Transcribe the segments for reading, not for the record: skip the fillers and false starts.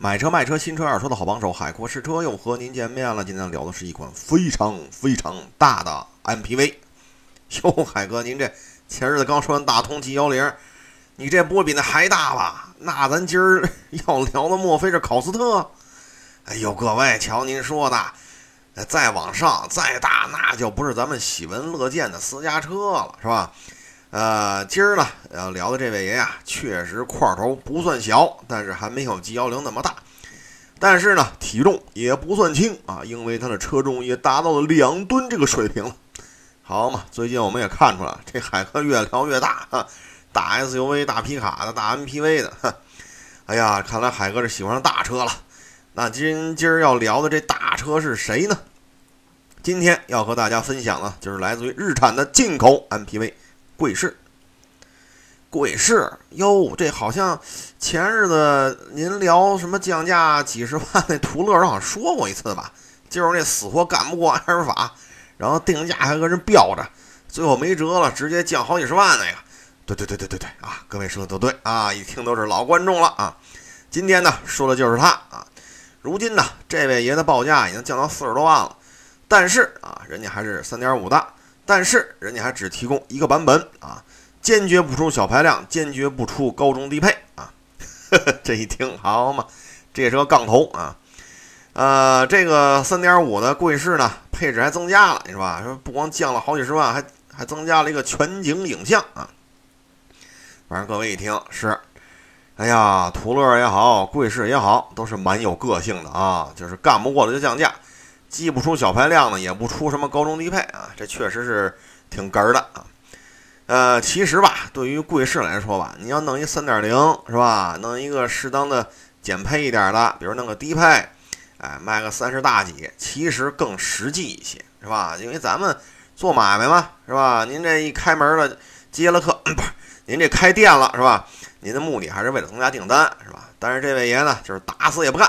买车卖车新车二手车的好帮手海阔试车又和您见面了。今天聊的是一款非常大的 MPV。哟，海哥，您这前日子刚说完大通 G10，你这不会比那还大吧？那咱今儿要聊的莫非是考斯特？哎呦，各位，瞧您说的，再往上再大，那就不是咱们喜闻乐见的私家车了，是吧？今儿呢要聊的这位爷呀，确实块头不算小，但是还没有 G10那么大，但是呢体重也不算轻啊，因为它的车重也达到了2吨这个水平了。好嘛，最近我们也看出来了，这海哥越聊越大啊，大 SUV 大皮卡的大 MPV 的，哎呀，看来海哥是喜欢上大车了。那今儿要聊的这大车是谁呢？今天要和大家分享的就是来自于日产的进口 MPV贵士。贵士哟，这好像前日子您聊什么降价几十万那途乐好像说过一次吧，就是那死活干不过埃尔法，然后定价还跟人飙着，最后没辙了，直接降好几十万那个。对啊，各位说的都对啊，一听都是老观众了啊。今天呢说的就是他啊。如今呢这位爷的报价已经降到40多万了，但是啊人家还是 3.5 的，但是人家还只提供一个版本啊，坚决不出小排量，坚决不出高中低配啊。这一听好嘛，这是个杠头啊。这个 3.5 的贵士呢配置还增加了，是吧？说不光降了好几十万，还增加了一个全景影像啊。反正各位一听是，哎呀，途乐也好，贵士也好，都是蛮有个性的啊，就是干不过了就降价，既不出小排量呢，也不出什么高中低配啊，这确实是挺哏儿的啊。其实吧，对于贵士来说吧，你要弄一 3.0 是吧，弄一个适当的减配一点的，比如弄个低配，卖个30大几，其实更实际一些，是吧？因为咱们做买卖嘛，是吧？您这一开门了，接了客，不是您这开店了，是吧？您的目的还是为了增加订单，是吧？但是这位爷呢，就是打死也不干。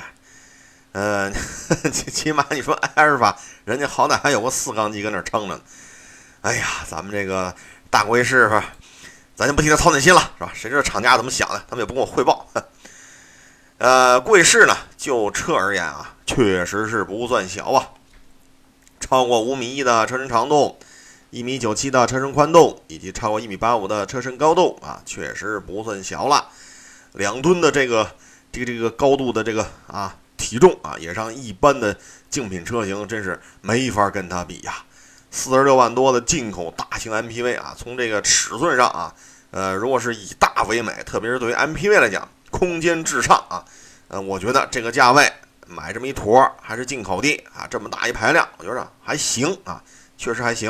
起码你说埃尔法，人家好歹还有个4缸机跟那撑着呢。哎呀，咱们这个大贵士吧，咱就不替他操那心了，是吧？谁知道厂家怎么想的，他们也不跟我汇报。贵士呢，就车而言啊，确实是不算小啊，超过5.1米的车身长度，1.97米的车身宽度，以及超过1.85米的车身高度啊，确实不算小了。2吨的这个高度的这个体重啊，也让一般的竞品车型真是没法跟它比呀。46万多的进口大型 MPV 啊，从这个尺寸上啊，如果是以大为美，特别是对于 MPV 来讲，空间至上啊，我觉得这个价位买这么一坨还是进口的啊，这么大一排量，我觉得还行啊，确实还行。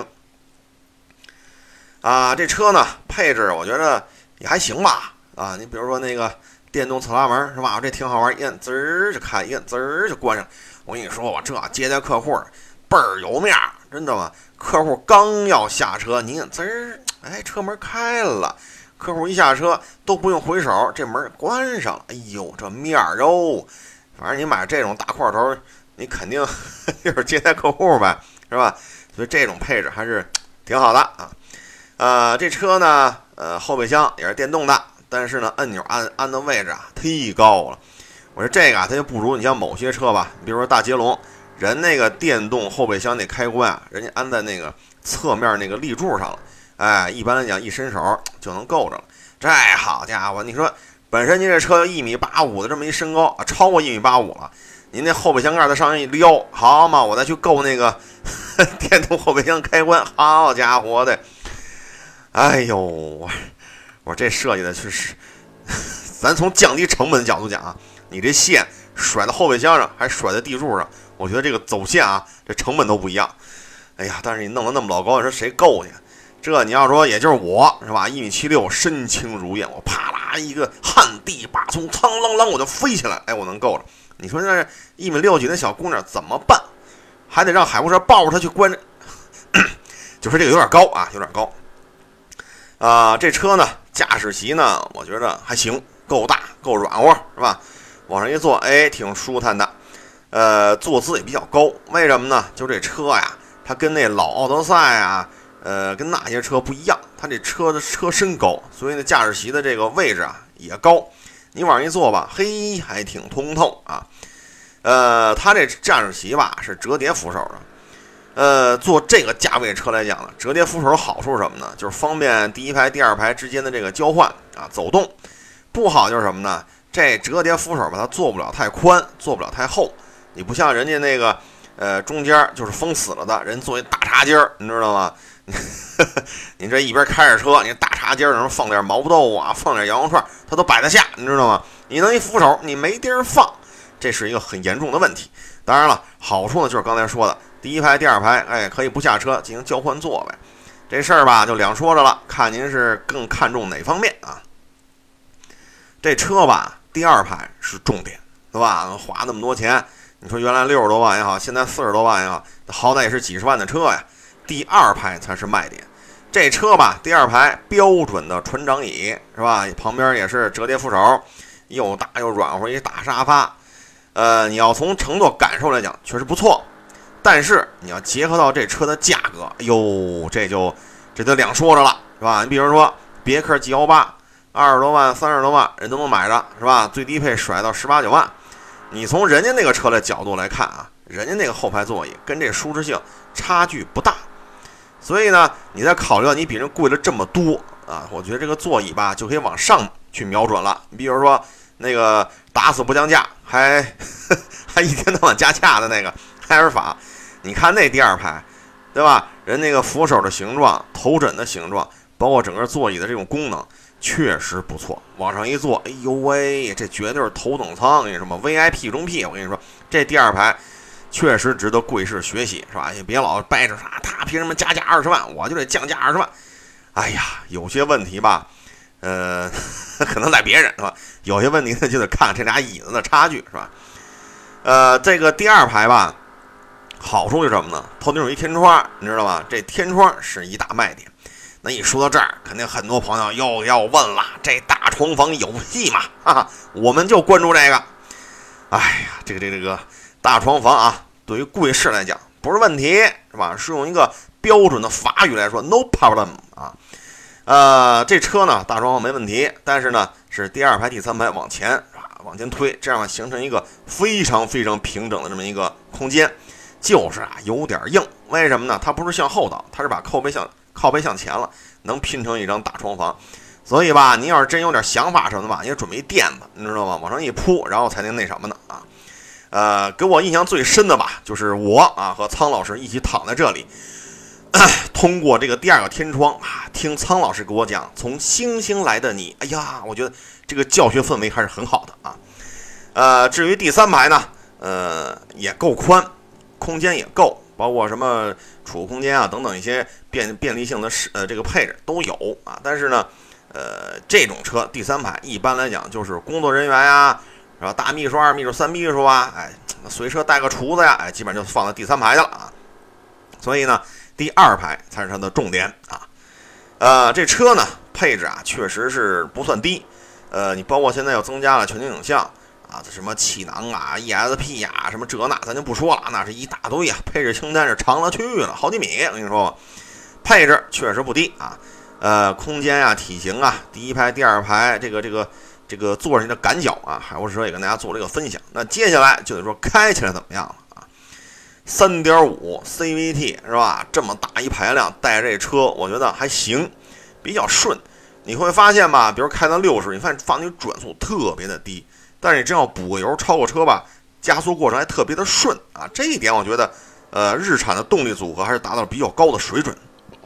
这车呢配置我觉得也还行吧啊，你比如说那个电动侧拉门是吧，这挺好玩，一摁滋儿就开，一摁滋儿就关上。我跟你说，我这接待客户倍儿有面儿，真的吗？客户刚要下车，你摁滋儿，哎，车门开了，客户一下车都不用回手，这门关上了。哎呦，这面儿哟！反正你买这种大块头，你肯定就是接待客户呗，是吧？所以这种配置还是挺好的啊。这车呢，后备箱也是电动的，但是呢，按钮按的位置啊忒高了。我说这个它就不如你像某些车吧，比如说大捷龙，人那个电动后备箱那开关啊，人家安在那个侧面那个立柱上了，一般来讲一伸手就能够着了。这好家伙，你说本身您这车1.85米的这么一身高啊，超过1.85米了，您那后备箱盖在上面一撩，好嘛，我再去够那个电动后备箱开关，好家伙的！哎呦，我说这设计的确实，咱从降低成本的角度讲啊，你这线甩到后备箱上，还甩在地柱上，我觉得这个走线啊，这成本都不一样。哎呀，但是你弄得那么老高，你说谁够去？这你要说也就是我是吧，1.76米，身轻如燕，我啪啦一个旱地拔葱，苍啷啷我就飞起来，哎，我能够着。你说那1.6米几的小姑娘怎么办？还得让海沃车抱着她去关着，就是这个有点高啊，有点高。这车呢，驾驶席呢，我觉得还行，够大，够软和，是吧？往上一坐，哎，挺舒坦的。坐姿也比较高，为什么呢？就这车呀，它跟那老奥德赛啊，跟那些车不一样，它这车的车身高，所以呢，驾驶席的这个位置啊也高。 你往上一坐吧，嘿，还挺通透啊。它这驾驶席吧是折叠扶手的。做这个价位车来讲呢，折叠扶手好处是什么呢？就是方便第一排、第二排之间的这个交换啊，走动。不好就是什么呢？这折叠扶手吧，它做不了太宽，做不了太厚。你不像人家那个，中间就是封死了的，人做一大茶几儿，你知道吗？你这一边开着车，你大茶几儿上放点毛豆啊，放点羊肉串，它都摆得下，你知道吗？你弄一扶手，你没地儿放，这是一个很严重的问题。当然了，好处呢就是刚才说的，第一排、第二排，哎，可以不下车进行交换座位。这事儿吧就两说着了，看您是更看重哪方面啊？这车吧，第二排是重点，对吧？花那么多钱，你说原来60多万也好，现在40多万也好，好歹也是几十万的车呀。第二排才是卖点。这车吧，第二排标准的船长椅是吧？旁边也是折叠扶手，又大又软和一大沙发。你要从乘坐感受来讲，确实不错。但是你要结合到这车的价格，哎呦，这就两说着了，是吧？你比如说别克 G18，20多万、30多万人都能买着，是吧？最低配甩到18、19万。你从人家那个车的角度来看啊，人家那个后排座椅跟这舒适性差距不大。所以呢，你再考虑到你比人贵了这么多啊，我觉得这个座椅吧就可以往上去瞄准了。你比如说那个打死不降价，还一天到晚加价的那个海尔法，你看那第二排，对吧？人那个扶手的形状、头枕的形状，包括整个座椅的这种功能，确实不错。往上一坐，哎呦喂，这绝对是头等舱，那什么 VIP 中 P， 我跟你说，这第二排确实值得贵市学习，是吧？也别老掰着啥，他凭什么加价20万，我就得降价20万。哎呀，有些问题吧，可能赖别人是吧？有些问题呢，就得看这俩椅子的差距，是吧？这个第二排吧，好处是什么呢？头顶有一天窗，你知道吗？这天窗是一大卖点。那一说到这儿，肯定很多朋友又要问了：这大床房有戏吗？哈哈，我们就关注这个。哎呀，这个大床房啊，对于贵市来讲不是问题，是吧？是用一个标准的法语来说 ，no problem 啊。这车呢，大床房没问题，但是呢，是第二排、第三排往前往前推，这样形成一个非常非常平整的这么一个空间，就是有点硬。为什么呢？它不是向后倒，它是把靠背向前了，能拼成一张大床房。所以吧，您要是真有点想法什么的吧，你也准备垫子，你知道吗？往上一铺，然后才能那什么呢啊。给我印象最深的吧，就是我和苍老师一起躺在这里，通过这个第二个天窗听苍老师给我讲从星星来的你。哎呀，我觉得这个教学氛围还是很好的啊。至于第三排呢，也够宽，空间也够，包括什么储物空间等等一些便利性的这个配置都有啊。但是呢，这种车第三排一般来讲就是工作人员呀，是吧？大秘书、二秘书、三秘书随车带个厨子呀，基本上就放在第三排去了啊。所以呢，第二排才是它的重点啊。这车呢配置确实是不算低，你包括现在又增加了全景影像什么气囊ESP 什么这那咱就不说了，那是一大堆配置清单是长了去了，好几米，我跟你说吧，配置确实不低空间体型第一排、第二排这个坐上的感脚海沃士车也跟大家做了一个分享。那接下来就得说开起来怎么样了3.5 CVT 是吧？这么大一排量带这车，我觉得还行，比较顺。你会发现吧，比如开到60，你发现放那转速特别的低，但是你真要补个油超过车吧，加速过程还特别的顺这一点我觉得日产的动力组合还是达到了比较高的水准。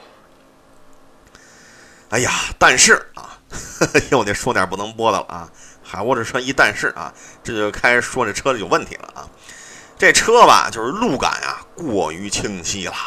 哎呀，但是又得说点不能播的了海沃士车一但是这就开始说这车有问题了这车吧，就是路感过于清晰了，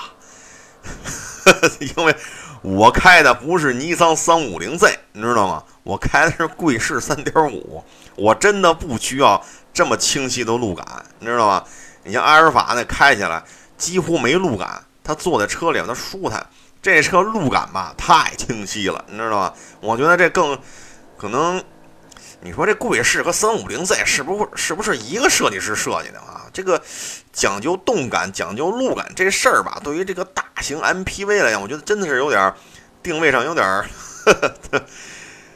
因为我开的不是尼桑 350Z， 你知道吗？我开的是贵士 3.5， 我真的不需要这么清晰的路感，你知道吗？你像阿尔法那开起来几乎没路感，它坐在车里它舒坦。这车路感吧太清晰了，你知道吗？我觉得这更可能，你说这贵士和 350Z 是不是一个设计师设计的这个讲究动感、讲究路感这事儿吧，对于这个大型 MPV 来讲，我觉得真的是有点定位上有点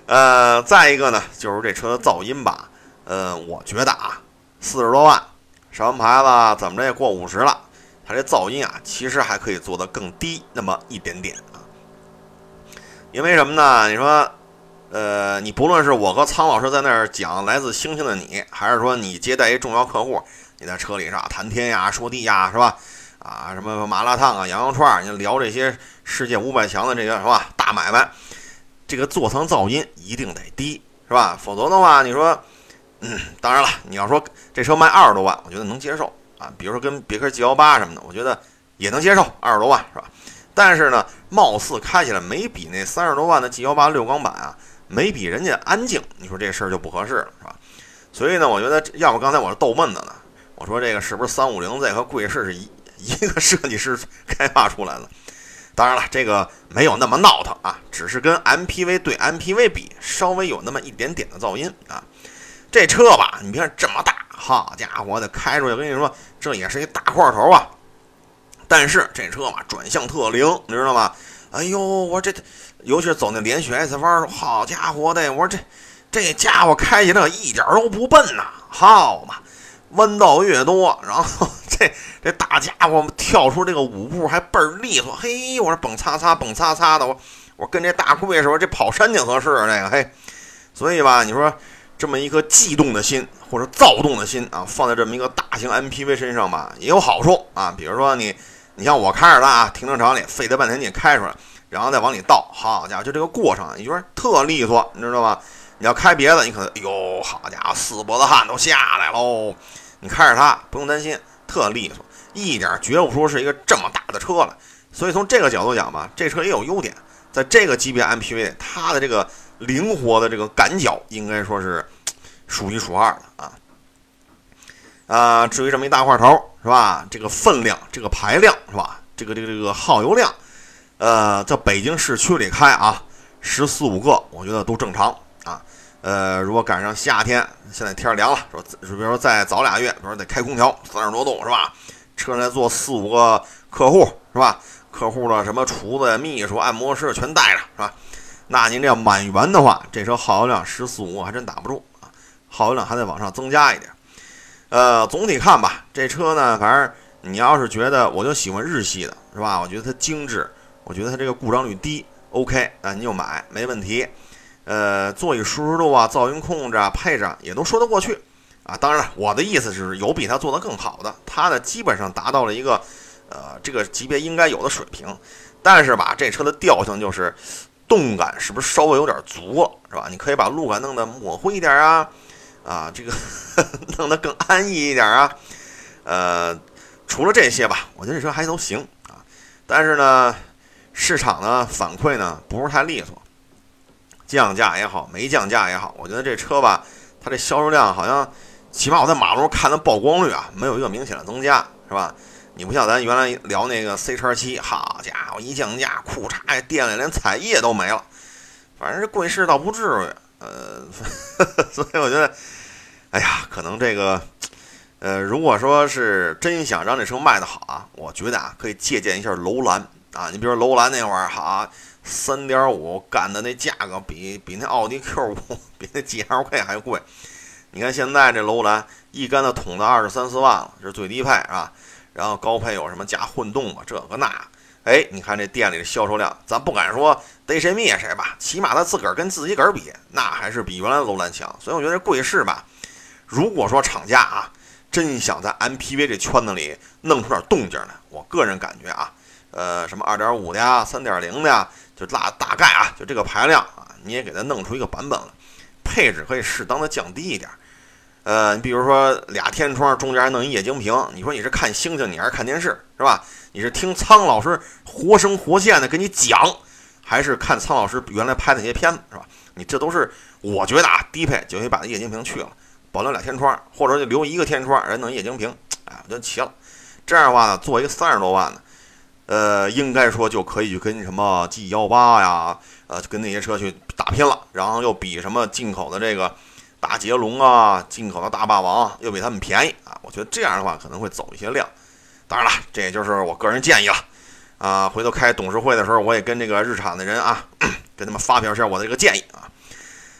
再一个呢，就是这车的噪音吧。我觉得啊，40多万上完牌子，怎么着也过50了，它这噪音啊，其实还可以做得更低那么一点点啊。因为什么呢？你说，你不论是我和苍老师在那儿讲来自星星的你，还是说你接待一重要客户，你在车里是吧，谈天呀、说地呀，是吧？啊，什么麻辣烫啊、羊肉串，你聊这些世界500强的这个是吧大买卖，这个座舱噪音一定得低，是吧？否则的话，你说，当然了，你要说这车卖20多万，我觉得能接受啊。比如说跟别克 G18什么的，我觉得也能接受，20多万是吧？但是呢，貌似开起来没比那30多万的 G18 六缸版啊，没比人家安静。你说这事儿就不合适了，是吧？所以呢，我觉得要不刚才我是逗闷子呢，我说这个是不是 350Z 和贵士是一个设计师开发出来的？当然了，这个没有那么闹腾啊，只是跟 MPV 对 MPV 比，稍微有那么一点点的噪音啊。这车吧，你看这么大，好家伙的，开出去，我跟你说，这也是一大块头啊。但是这车嘛，转向特灵，你知道吗？哎呦，我这，尤其是走那连续 S 弯，好家伙的，我说这家伙开起来一点都不笨呐，好嘛，弯道越多，然后这大家伙跳出这个5步还倍儿利索，嘿，我说蹦擦擦蹦擦擦的，我跟这大贵似的，这跑山挺合适这个，嘿，所以吧，你说这么一颗悸动的心或者躁动的心啊，放在这么一个大型 MPV 身上吧，也有好处啊。比如说你像我开着它啊，停车场里费得半天劲开出来，然后再往里倒，好家伙，就这个过程，你觉得特利索，你知道吗？你要开别的，你可能，哎呦，好家伙，四脖子汗都下来喽。你开着它不用担心，特利索，一点觉不出是一个这么大的车了。所以从这个角度讲吧，这车也有优点，在这个级别 MPV， 它的这个灵活的这个感脚，应该说是数一数二的啊。至于这么一大块头是吧？这个分量，这个排量是吧？这个耗油量，在北京市区里开啊，14、15个，我觉得都正常啊。如果赶上夏天，现在天凉了，比如说再早2月，比如说得开空调，30多度是吧？车上坐4、5个客户是吧？客户的什么厨子、秘书、按摩师全带着是吧？那您这要满员的话，这车耗油量14、15还真打不住啊，耗油量还得往上增加一点。总体看吧，这车呢，反正你要是觉得我就喜欢日系的是吧？我觉得它精致，我觉得它这个故障率低 ，OK 啊，你就买没问题。座椅舒适度啊、噪音控制啊、配置啊也都说得过去啊。当然了，我的意思是有比它做得更好的，它呢基本上达到了一个这个级别应该有的水平。但是吧，这车的调性就是动感是不是稍微有点足了，是吧？你可以把路感弄得模糊一点啊，这个弄得更安逸一点啊。除了这些吧，我觉得这车还都行啊。但是呢，市场呢反馈呢不是太利索。降价也好，没降价也好，我觉得这车吧，它这销售量好像，起码我在马路上看的曝光率啊，没有一个明显的增加，是吧？你不像咱原来聊那个 C-7，好家伙，一降价，裤衩店里连彩页都没了。反正这贵士倒不至于，所以我觉得，哎呀，可能这个，如果说是真想让这车卖得好啊，我觉得啊，可以借鉴一下楼兰啊，你比如楼兰那会儿好。3.5 干的那价格比那奥迪 Q5 比那 GLK 还贵。你看现在这楼兰一干的捅到23、24万了，这是最低配啊。然后高配有什么加混动吧，这个那，哎，你看这店里的销售量，咱不敢说逮谁灭谁吧，起码他自个儿跟自己个儿比，那还是比原来的楼兰强。所以我觉得贵士吧，如果说厂家啊真想在 MPV 这圈子里弄出点动静来，我个人感觉啊，什么2.5的呀、3.0的呀。就大概啊，就这个排量啊，你也给它弄出一个版本了，配置可以适当的降低一点。你比如说俩天窗中间还弄一液晶屏，你说你是看星星，你还是看电视，是吧？你是听苍老师活生活现的跟你讲，还是看苍老师原来拍的那些片子，是吧？你这都是我觉得啊，低配就可以把那液晶屏去了，保留俩天窗，或者就留一个天窗，人弄液晶屏，哎，我就齐了。这样的话呢，做一个30多万的。应该说就可以去跟什么 G18呀，跟那些车去打拼了，然后又比什么进口的这个大捷龙啊、进口的大霸王又比他们便宜啊。我觉得这样的话可能会走一些量。当然了，这也就是我个人建议了啊。回头开董事会的时候，我也跟这个日产的人啊，跟他们发表一下我的这个建议啊。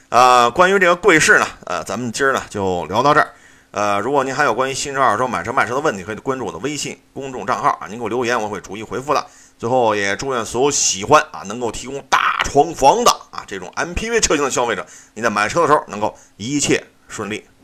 关于这个贵市呢，咱们今儿呢就聊到这儿。如果您还有关于新车、二手买车卖车的问题，可以关注我的微信公众账号啊，您给我留言，我会逐一回复的。最后也祝愿所有喜欢能够提供大床房的这种 MPV 车型的消费者，你在买车的时候能够一切顺利。